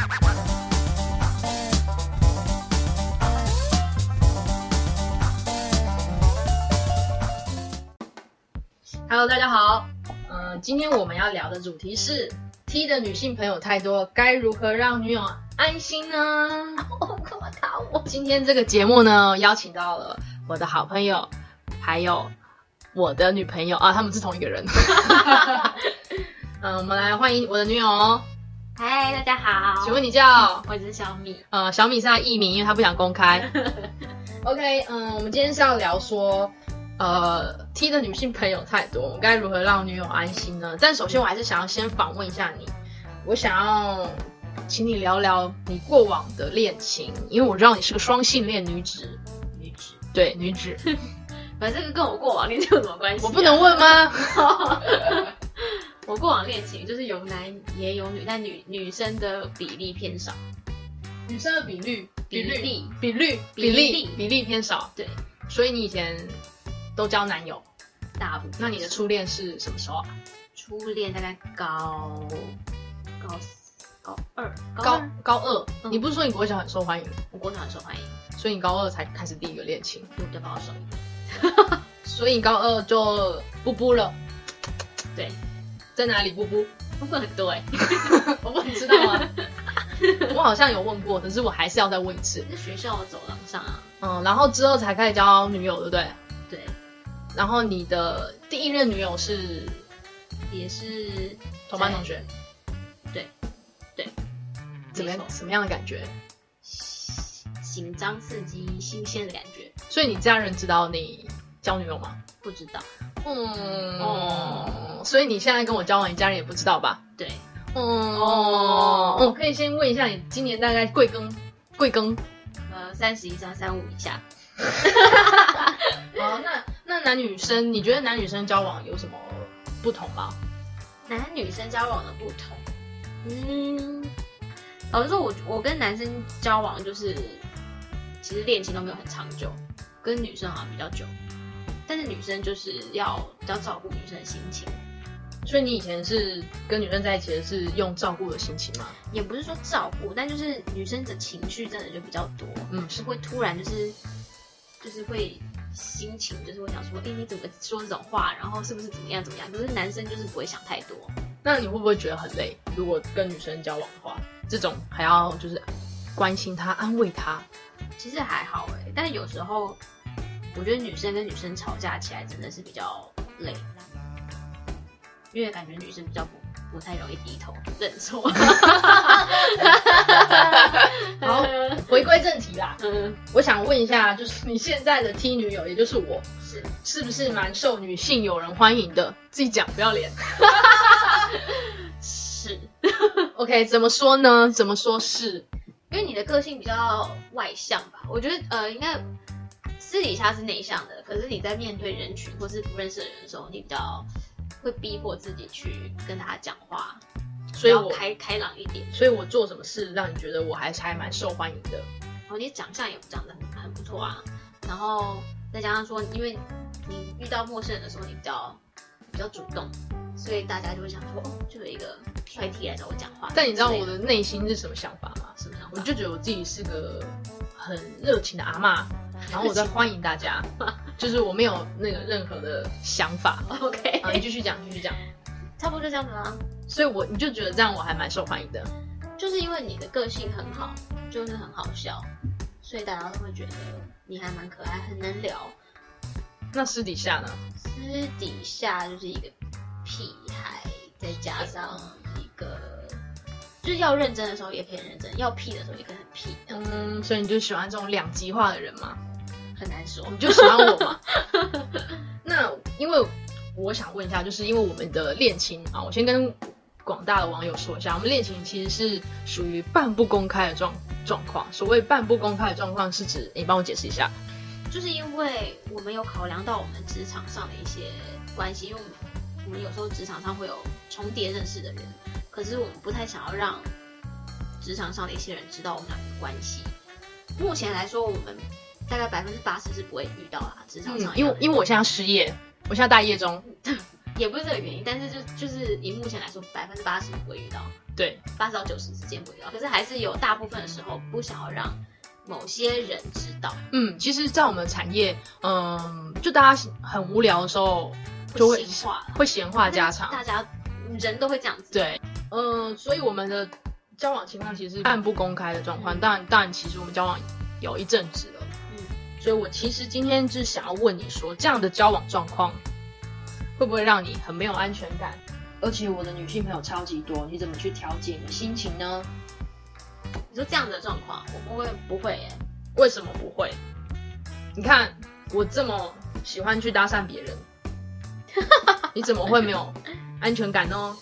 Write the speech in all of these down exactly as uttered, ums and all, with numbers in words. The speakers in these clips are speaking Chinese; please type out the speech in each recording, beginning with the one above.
Hello， 大家好。嗯、呃，今天我们要聊的主题是 T 的女性朋友太多，该如何让女友安心呢？ 我干嘛打我？ 今天这个节目呢，邀请到了我的好朋友，还有我的女朋友啊，他们是同一个人。嗯、呃，我们来欢迎我的女友。 嗨，大家好。 请问你叫？ 我是小米。 呃，小米是他艺名，因为他不想公开。OK， 嗯、呃，我们今天是要聊说。呃 ，T 的女性朋友太多，我们该如何让女友安心呢？但首先我还是想要先访问一下你，我想要请你聊聊你过往的恋情，因为我知道你是个双性恋女子。 女子， 对，女子。 反正这个跟我过往恋情有什么关系、啊？ 我不能问吗？ 我过往恋情就是有男也有女，但女女生的比例偏少。 女生的比率比例比率比例比例偏少。 对， 所以你以前都交男友， 大部分。 那你的初恋是什么时候啊？ 初恋大概高高高二， 高二高二、 嗯。 你不是说你国小很受欢迎？ 我国小很受欢迎， 所以你高二才开始第一个恋情， 比较保守一点。 所以你高二就布布了。 对， 在哪里布布？ 部分很多哎、 欸，我不知道啊。我好像有问过，可是我还是要再问一次。 在学校的走廊上啊。 嗯，然后之后才开始交女友，对不对？ 对。 然后你的第一任女友是， 也是同班同学。 对，对。 怎么样？什么样的感觉？ 紧张、刺激、新鲜的感觉。 所以你家人知道你交女友吗？ 不知道。 嗯哦，所以你现在跟我交往，你家人也不知道吧？ 对。 嗯哦，我可以先问一下，你今年大概贵庚？贵庚？ 呃，三十以上，三五以下。 好，那那男女生，你觉得男女生交往有什么不同吗？ 男女生交往的不同，嗯，老实说我，我跟男生交往就是，其实恋情都没有很长久，跟女生好像比较久，但是女生就是要比较照顾女生的心情。 所以你以前是跟女生在一起的是用照顾的心情吗？ 也不是说照顾，但就是女生的情绪真的就比较多，嗯，是会突然就是就是会心情就是会想说，哎、欸，你怎么说这种话，然后是不是怎么样怎么样？可是男生就是不会想太多。 那你会不会觉得很累？如果跟女生交往的话，这种还要就是关心她、安慰她？ 其实还好哎、欸，但是有时候我觉得女生跟女生吵架起来真的是比较累。因为感觉女生比较不不太容易低头认错。 好，回归正题啦。嗯，我想问一下，就是你现在的 T 女友，也就是我，是是不是蛮受女性友人欢迎的？自己讲，不要脸。 是。 OK， 怎么说呢？怎么说是？ 因为你的个性比较外向吧，我觉得呃，应该私底下是内向的，可是你在面对人群或是不认识的人的时候，你比较会逼迫自己去跟他讲话， 所以我开开朗一点。 所以我做什么事让你觉得我还是还蛮受欢迎的？ 哦，你长相也长得很很不错啊，然后再加上说，因为你遇到陌生人的时候，你比较比较主动，所以大家就会想说，哦，就有一个帅 T 来找我讲话。 但你知道我的内心是什么想法吗？ 什么想法？ 我就觉得我自己是个很热情的阿嬷，然后我在欢迎大家。就是我没有那个任何的想法。 OK， 啊，你继续讲，继续讲， 差不多就这样子啦。 所以我你就觉得这样我还蛮受欢迎的， 就是因为你的个性很好，就是很好笑，所以大家都会觉得你还蛮可爱，很能聊。 那私底下呢？ 私底下就是一个屁孩，再加上一个就是要认真的时候也可以很认真，要屁的时候也可以很屁。 嗯，所以你就喜欢这种两极化的人吗？ 很难说， 你就喜欢我嘛？那因为我想问一下，就是因为我们的恋情啊，我先跟广大的网友说一下，我们恋情其实是属于半不公开的状状况。所谓半不公开的状况是指，你帮我解释一下。 就是因为我们有考量到我们职场上的一些关系，因为我们有时候职场上会有重叠认识的人，可是我们不太想要让职场上的一些人知道我们俩的关系。目前来说，我们大概百分之八十是不会遇到啦，职场上、 嗯，因为因为我现在失业，我现在待业中， 也不是这个原因，但是就就是以目前来说，百分之八十不会遇到。 对， 八十到九十之间会遇到，可是还是有大部分的时候不想要让某些人知道。 嗯，其实，在我们产业，嗯，就大家很无聊的时候，就会闲话会闲话家常， 大家人都会这样子。 对，嗯，所以我们的交往情况其实是半不公开的状况，当然，当然，其实我们交往有一阵子了，嗯，所以我其实今天就是想要问你说，这样的交往状况会不会让你很没有安全感？而且我的女性朋友超级多，你怎么去调节你的心情呢？ 你说这样的状况，我不会不会耶？ 为什么不会？你看我这么喜欢去搭讪别人，你怎么会没有安全感呢？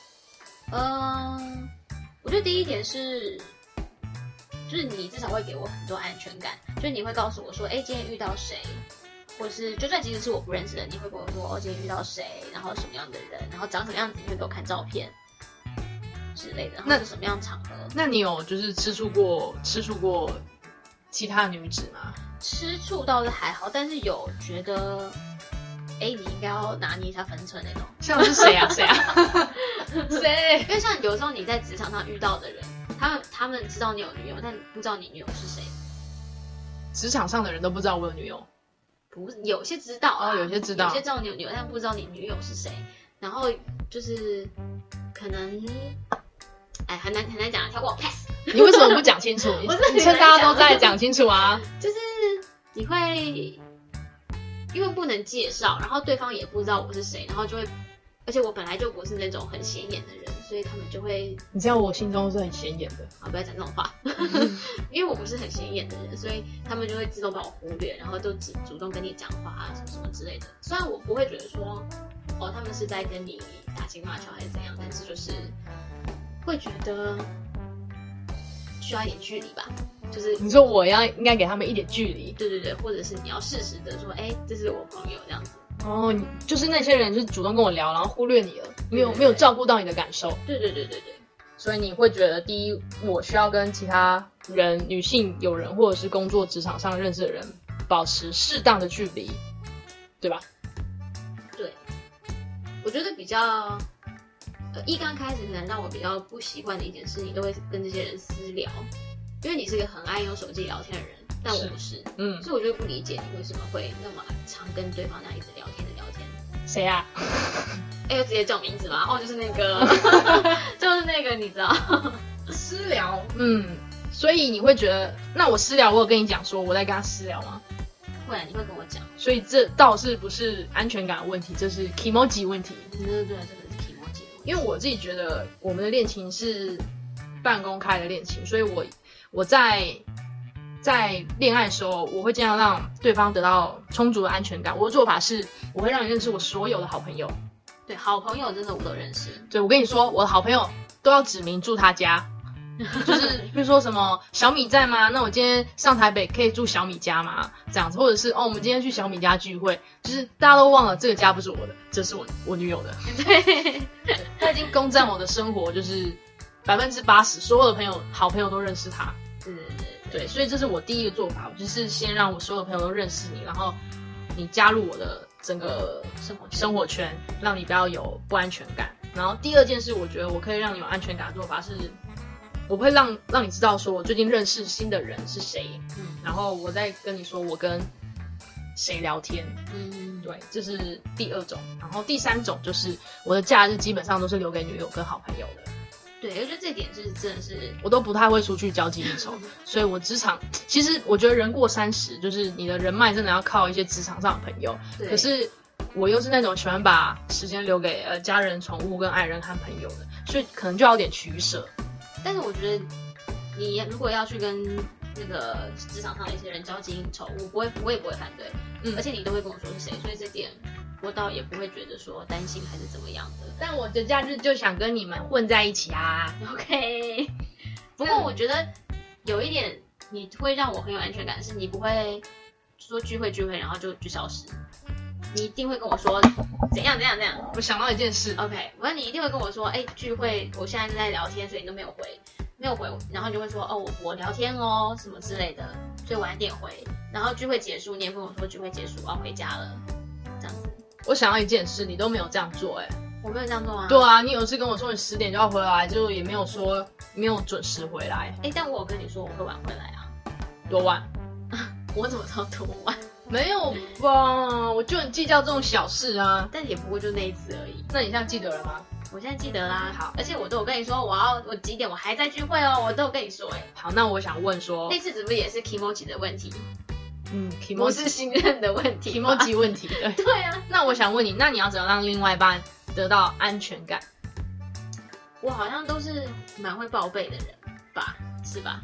嗯，我觉得第一点是，就是你至少会给我很多安全感，就是你会告诉我说，哎，今天遇到谁，或是就算即使是我不认识的，你会跟我说，哦，今天遇到谁，然后什么样的人，然后长什么样子，你会给我看照片之类的，然后是什么样场合。 那你有就是吃醋过吃醋过其他女子吗？ 吃醋倒是还好，但是有觉得，哎，你应该要拿捏一下分寸那种。 像是谁啊？谁啊？谁？ 因为像有时候你在职场上遇到的人，他们他们知道你有女友，但不知道你女友是谁。 职场上的人都不知道我有女友？ 不是，有些知道啊， 哦，有些知道， 有些知道你有女友，但不知道你女友是谁。然后就是可能，哎，很难很难讲，跳过 pass。 你为什么不讲清楚？你趁大家都在讲清楚啊！ 就是你会因为不能介绍，然后对方也不知道我是谁，然后就会，而且我本来就不是那种很显眼的人，所以他们就会。 你知道我心中是很显眼的。 啊，不要讲这种话，因为我不是很显眼的人，所以他们就会自动把我忽略，然后都只主动跟你讲话啊，什么什么之类的。虽然我不会觉得说，哦，他们是在跟你打情骂俏还是怎样，但是就是会觉得需要一点距离吧。就是你说我要应该给他们一点距离， 对对对，或者是你要适时的说，哎，这是我朋友这样子。 哦，就是那些人就是主动跟我聊，然后忽略你了，没有没有照顾到你的感受。 对对对对对。 所以你会觉得，第一，我需要跟其他人、女性友人或者是工作职场上认识的人保持适当的距离，对吧？ 对，我觉得比较，呃，一刚开始可能让我比较不习惯的一点是，你都会跟这些人私聊，因为你是一个很爱用手机聊天的人，但我不是，嗯，所以我就不理解你为什么会那么常跟对方那样一直聊天的聊天。 谁啊？ 哎，要直接叫名字吗？哦，就是那个，就是那个，你知道， 私聊。嗯，所以你会觉得，那我私聊，我有跟你讲说我在跟他私聊吗？ 会啊，你会跟我讲。 所以这倒是不是安全感的问题，这是 kimoji 问题。 对对对，这个是 kimoji 的问题。 因为我自己觉得我们的恋情是半公开的恋情，所以我我在在恋爱的时候，我会尽量让对方得到充足的安全感。我的做法是，我会让你认识我所有的好朋友。 对，好朋友真的我都认识。 对，我跟你说，我的好朋友都要指明住他家，就是比如说什么小米在吗？那我今天上台北可以住小米家吗？这样子，或者是哦，我们今天去小米家聚会，就是大家都忘了这个家不是我的，这是我我女友的。 对， 他已经攻占我的生活，就是百分之八十，所有的朋友好朋友都认识他。 对对对对，所以这是我第一个做法，我就是先让我所有的朋友都认识你，然后你加入我的整个生活生活圈，让你不要有不安全感。然后第二件事，我觉得我可以让你有安全感的做法是，我会让让你知道说我最近认识新的人是谁，嗯，然后我再跟你说我跟谁聊天，嗯，对，这是第二种。然后第三种就是我的假日基本上都是留给女友跟好朋友的。 对，我觉得这点是真的是， 我都不太会出去交际应酬，所以我职场其实我觉得人过三十，就是你的人脉真的要靠一些职场上的朋友。可是我又是那种喜欢把时间留给呃家人、宠物跟爱人和朋友的，所以可能就要有点取舍。 但是我觉得你如果要去跟那个职场上的一些人交际应酬，我不会，我也不会反对，嗯，而且你都会跟我说是谁，所以这点我倒也不会觉得说担心还是怎么样的。 但我的假日就想跟你们混在一起啊。 OK。不过我觉得有一点你会让我很有安全感，是你不会说聚会聚会然后就就消失，你一定会跟我说怎样怎样怎样。 我想到一件事 ，OK， 我说你一定会跟我说，哎，聚会我现在正在聊天，所以你都没有回，没有回，然后你就会说，哦，我我聊天哦，什么之类的，所以晚点回。然后聚会结束，你也跟我说聚会结束，我要回家了，这样子。 我想到一件事，你都没有这样做、欸，哎， 我没有这样做啊。 对啊，你有一次跟我说你十点就要回来，就也没有说没有准时回来。 哎，但我有跟你说我会晚回来啊。 多晚？ 我怎么知道多晚？ 没有吧，我就很计较这种小事啊。 但也不过就那一次而已。 那你现在记得了吗？ 我现在记得啦。 好， 而且我都有跟你说我要我几点我还在聚会哦，我都有跟你说哎。 好，那我想问说， 那次是不是也是 Kimochi 的问题？ 嗯， 不是信任的问题 ，Kimochi 问题。对。 对啊。 那我想问你，那你要怎么让另外一半得到安全感？ 我好像都是蛮会报备的人吧，是吧？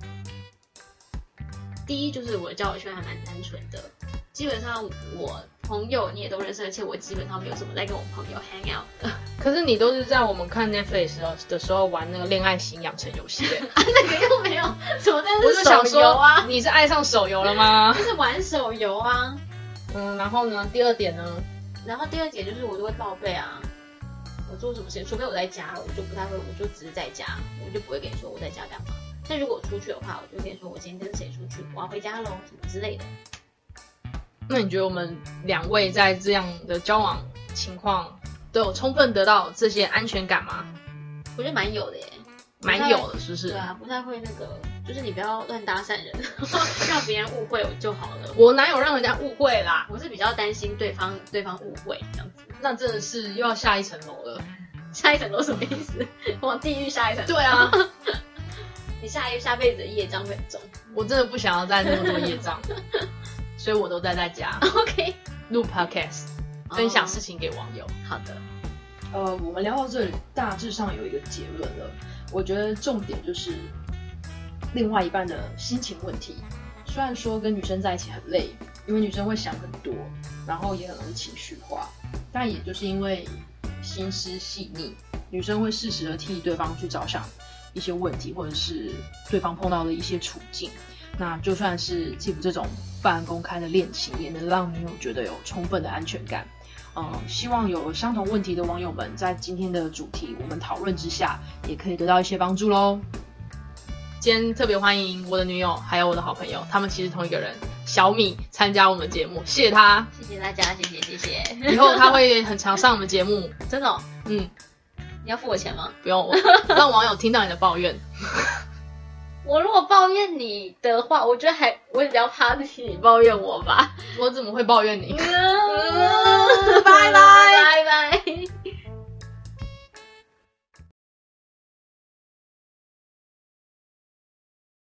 第一就是我的交友圈还蛮单纯的，基本上我朋友你也都认识，而且我基本上没有什么在跟我朋友 hang out 的。 可是你都是在我们看 Netflix 的时候玩那个恋爱型养成游戏啊，那个又没有什么，但是手游啊。 你是爱上手游了吗？ 就是玩手游啊。 嗯，然后呢？第二点呢？ 然后第二点就是我都会报备啊，我做什么事情，除非我在家，我就不太会，我就只是在家，我就不会跟你说我在家干嘛。但如果我出去的话，我就跟你说我今天跟谁出去，我要回家喽，什么之类的。 那你觉得我们两位在这样的交往情况都有充分得到这些安全感吗？ 我觉得蛮有的耶， 蛮有的，是不是？ 对啊，不太会那个，就是你不要乱搭讪人，让别人误会就好了。 我哪有让人家误会啦？ 我是比较担心对方对方误会这样子。 那真的是又要下一层楼了。 下一层楼什么意思？往地狱下一层楼？ 对啊。 你下一下辈子的业障会很重。 我真的不想要再那么多业障，所以我都待在家。 OK。 录 podcast， 分享事情给网友。 Oh, 好的。 呃，我们聊到这里，大致上有一个结论了。我觉得重点就是另外一半的心情问题。虽然说跟女生在一起很累，因为女生会想很多，然后也很容易情绪化，但也就是因为心思细腻，女生会适时的替对方去着想一些问题，或者是对方碰到的一些处境。那就算是继父这种半公开的恋情，也能让女友觉得有充分的安全感。嗯，希望有相同问题的网友们在今天的主题我们讨论之下，也可以得到一些帮助咯。 今天特别欢迎我的女友还有我的好朋友，他们其实同一个人，小米参加我们的节目，谢谢他， 谢谢大家，谢谢谢谢。 以后他会很常上我们节目， 真的哦？ 嗯， 你要付我钱吗？ 不用，让网友听到你的抱怨。 我如果抱怨你的话，我觉得还我比较怕你抱怨我吧。 我怎么会抱怨你？ 拜拜拜拜。